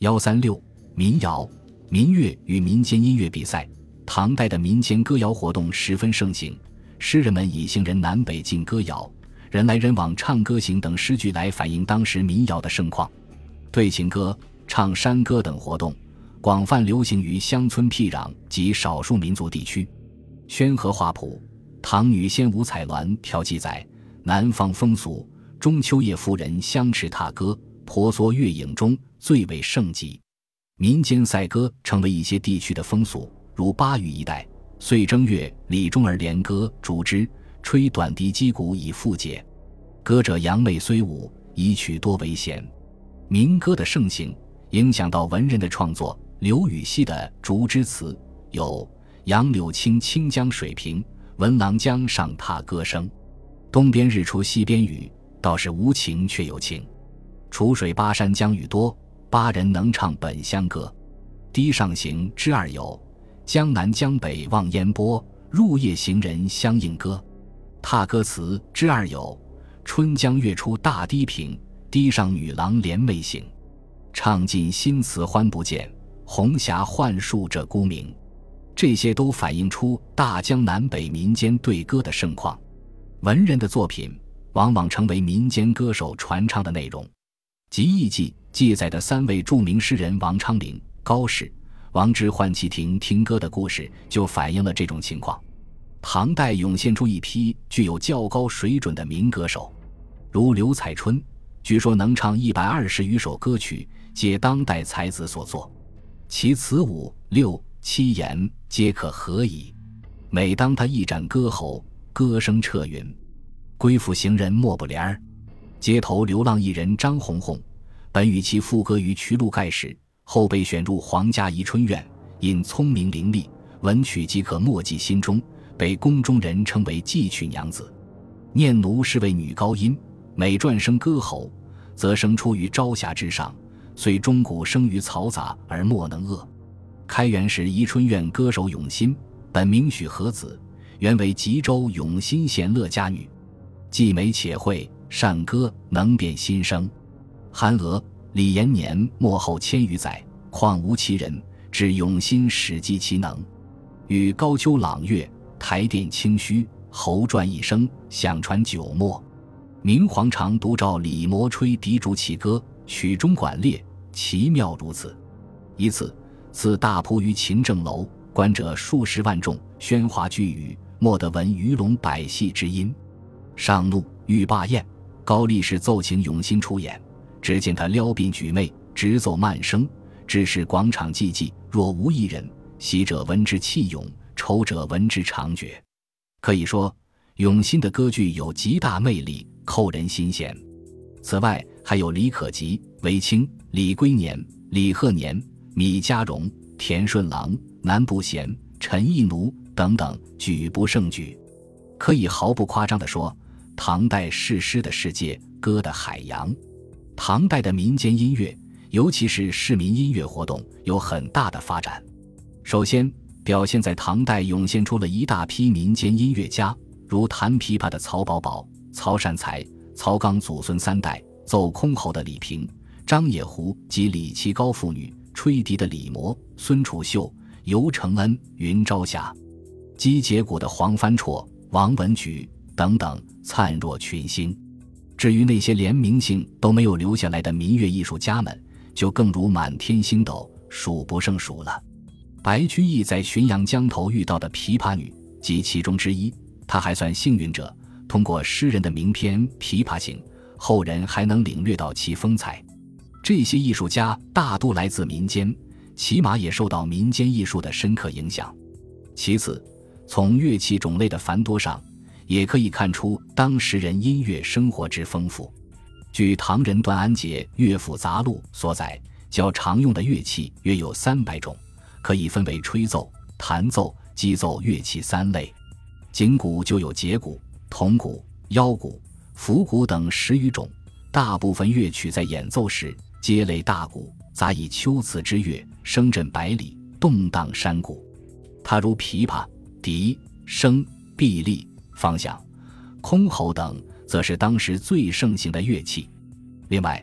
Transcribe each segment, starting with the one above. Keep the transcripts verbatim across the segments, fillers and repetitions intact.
一三六民谣、民乐与民间音乐比赛。唐代的民间歌谣活动十分盛行，诗人们以行人南北进歌谣、人来人往唱歌行等诗句来反映当时民谣的盛况。对情歌、唱山歌等活动广泛流行于乡村僻壤及少数民族地区。宣和画谱《唐女仙五彩鸾条》记载，南方风俗，中秋夜妇人相持踏歌，婆娑月影中，最为盛极。民间赛歌成为一些地区的风俗，如巴渝一带，岁正月李中儿连歌竹枝，吹短笛击鼓以复节。歌者扬眉虽舞，以曲多为弦。民歌的盛行影响到文人的创作。刘禹锡的《竹枝词》有杨柳青清江水平，闻郎江上踏歌声。东边日出西边雨，倒是无情却有情。楚水巴山江雨多，巴人能唱本乡歌。堤上行之二友，江南江北望烟波，入夜行人相应歌。踏歌词之二友，春江月出大堤平，堤上女郎联袂行。唱尽新词欢不见，红霞幻树这孤名。这些都反映出大江南北民间对歌的盛况。文人的作品往往成为民间歌手传唱的内容。《集异记》记载的三位著名诗人王昌龄、高适、王之涣齐亭听歌的故事就反映了这种情况。唐代涌现出一批具有较高水准的民歌手，如刘采春，据说能唱一百二十余首歌曲，皆当代才子所作。其词五六七言皆可合矣。每当他一展歌喉，歌声彻云。归府行人莫不怜儿。街头流浪艺人张红红，本与其赋歌于瞿禄盖时，后被选入皇家宜春院，因聪明伶俐，文曲即可默记心中，被宫中人称为记曲娘子。念奴是位女高音，每转声歌喉，则声出于朝霞之上，虽钟鼓生于嘈杂而莫能遏。开元时宜春院歌手永欣，本名许和子，原为吉州永欣贤乐家女，既美且慧，善歌，能辨心声。韩娥、李延年末后千余载，况无其人，只永欣始记其能。与高丘朗月，台殿清虚，喉转一声，响传九末。明皇常独照李摩吹笛竹起歌，曲中管列，奇妙如此。一次自大铺于勤政楼，观者数十万众，喧哗俱语，莫得闻鱼龙百戏之音。上怒欲罢宴，高力士奏请永欣出演，只见他撩鬓举媚，直奏慢声，致使广场寂寂，若无一人。喜者闻之气涌，愁者闻之长绝。可以说永欣的歌剧有极大魅力，扣人心弦。此外还有李可吉、韦清、李龟年、李鹤年、米家荣、田顺郎、南部贤、陈义奴等等，举不胜举。可以毫不夸张地说，唐代是诗的世界，歌的海洋。唐代的民间音乐，尤其是市民音乐活动，有很大的发展。首先表现在唐代涌现出了一大批民间音乐家，如弹琵琶的曹宝宝、曹善才、曹刚祖孙三代，奏箜篌的李平、张野狐及李奇高妇女，吹笛的李模、孙楚秀、尤承恩、云朝霞，击节鼓的黄帆绰、王文举等等，灿若群星。至于那些连名姓都没有留下来的民乐艺术家们，就更如满天星斗，数不胜数了。白居易在浔阳江头遇到的琵琶女即其中之一，他还算幸运者，通过诗人的名篇《琵琶行》，后人还能领略到其风采。这些艺术家大多来自民间，起码也受到民间艺术的深刻影响。其次，从乐器种类的繁多上，也可以看出当时人音乐生活之丰富。据唐人段安节《乐府杂录》所载，较常用的乐器约有三百种，可以分为吹奏、弹奏、击奏乐器三类。景鼓就有节鼓、铜鼓、腰鼓、府鼓等十余种，大部分乐曲在演奏时皆类大鼓，杂以秋词之乐，声震百里，动荡山谷。它如琵琶、笛、笙、筚荔、方响、箜篌等，则是当时最盛行的乐器。另外，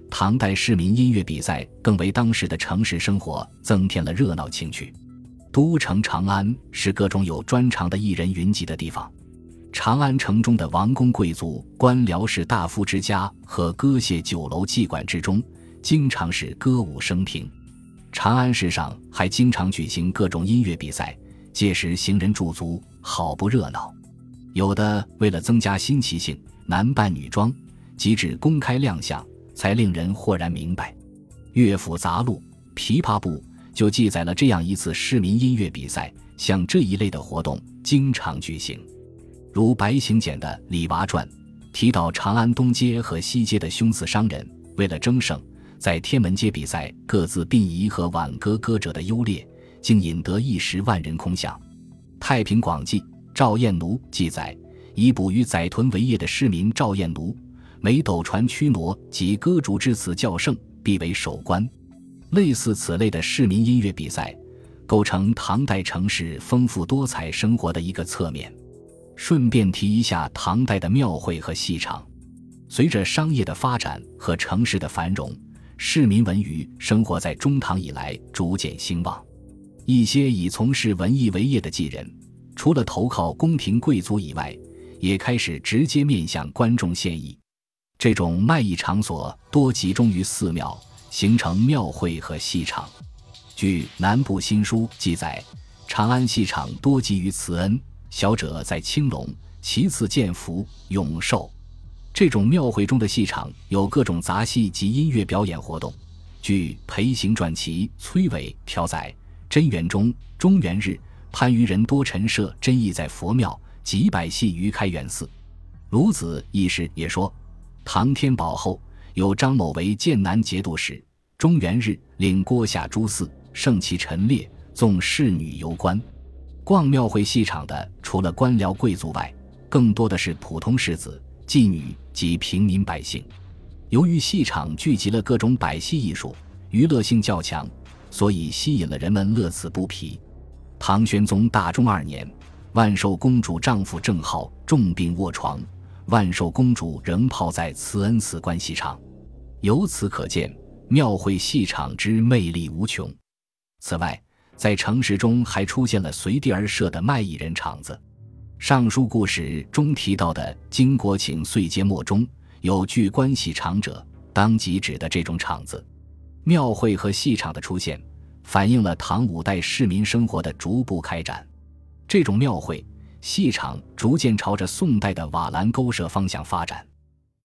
唐代市民音乐比赛更为当时的城市生活增添了热闹情趣。都城长安是各种有专长的艺人云集的地方。长安城中的王公贵族、官僚士大夫之家和歌榭酒楼妓馆之中，经常是歌舞升平。长安市上还经常举行各种音乐比赛，届时行人驻足，好不热闹。有的为了增加新奇性，男扮女装，即至公开亮相，才令人豁然明白。乐府杂录、琵琶部就记载了这样一次市民音乐比赛，像这一类的活动经常举行。如白行简的《李娃传》提到，长安东街和西街的凶刺商人为了争胜，在天门街比赛各自殡仪和挽歌歌者的优劣，竟引得一时万人空巷。太平广记赵彦奴记载，以捕鱼宰豚为业的市民赵彦奴，每斗船驱挪及歌竹之词较盛，必为首官。类似此类的市民音乐比赛，构成唐代城市丰富多彩生活的一个侧面。顺便提一下唐代的庙会和戏场。随着商业的发展和城市的繁荣，市民文娱生活在中唐以来逐渐兴旺。一些以从事文艺为业的妓人，除了投靠宫廷贵族以外，也开始直接面向观众献艺。这种卖艺场所多集中于寺庙，形成庙会和戏场。据《南部新书》记载，长安戏场多集于慈恩，小者在青龙，其次建福、永寿。这种庙会中的戏场有各种杂戏及音乐表演活动。据《裴行传奇》崔伟条载，贞元中、中元日，番禺人多陈设真意在佛庙，几百戏于开元寺。鲁子义士也说，唐天宝后有张某为剑南节度使，中元日领郭下诸寺，盛其陈列，纵侍女游观。逛庙会戏场的除了官僚贵族外，更多的是普通士子、妓女及平民百姓。由于戏场聚集了各种百戏艺术，娱乐性较强，所以吸引了人们乐此不疲。唐玄宗大中二年，万寿公主丈夫郑浩重病卧床，万寿公主仍泡在慈恩寺观戏场。由此可见，庙会戏场之魅力无穷。此外，在城市中还出现了随地而设的卖艺人场子。上述故事中提到的经国请岁节末中有具观戏场者，当即指的这种场子。庙会和戏场的出现，反映了唐五代市民生活的逐步开展。这种庙会、戏场逐渐朝着宋代的瓦剌勾社方向发展。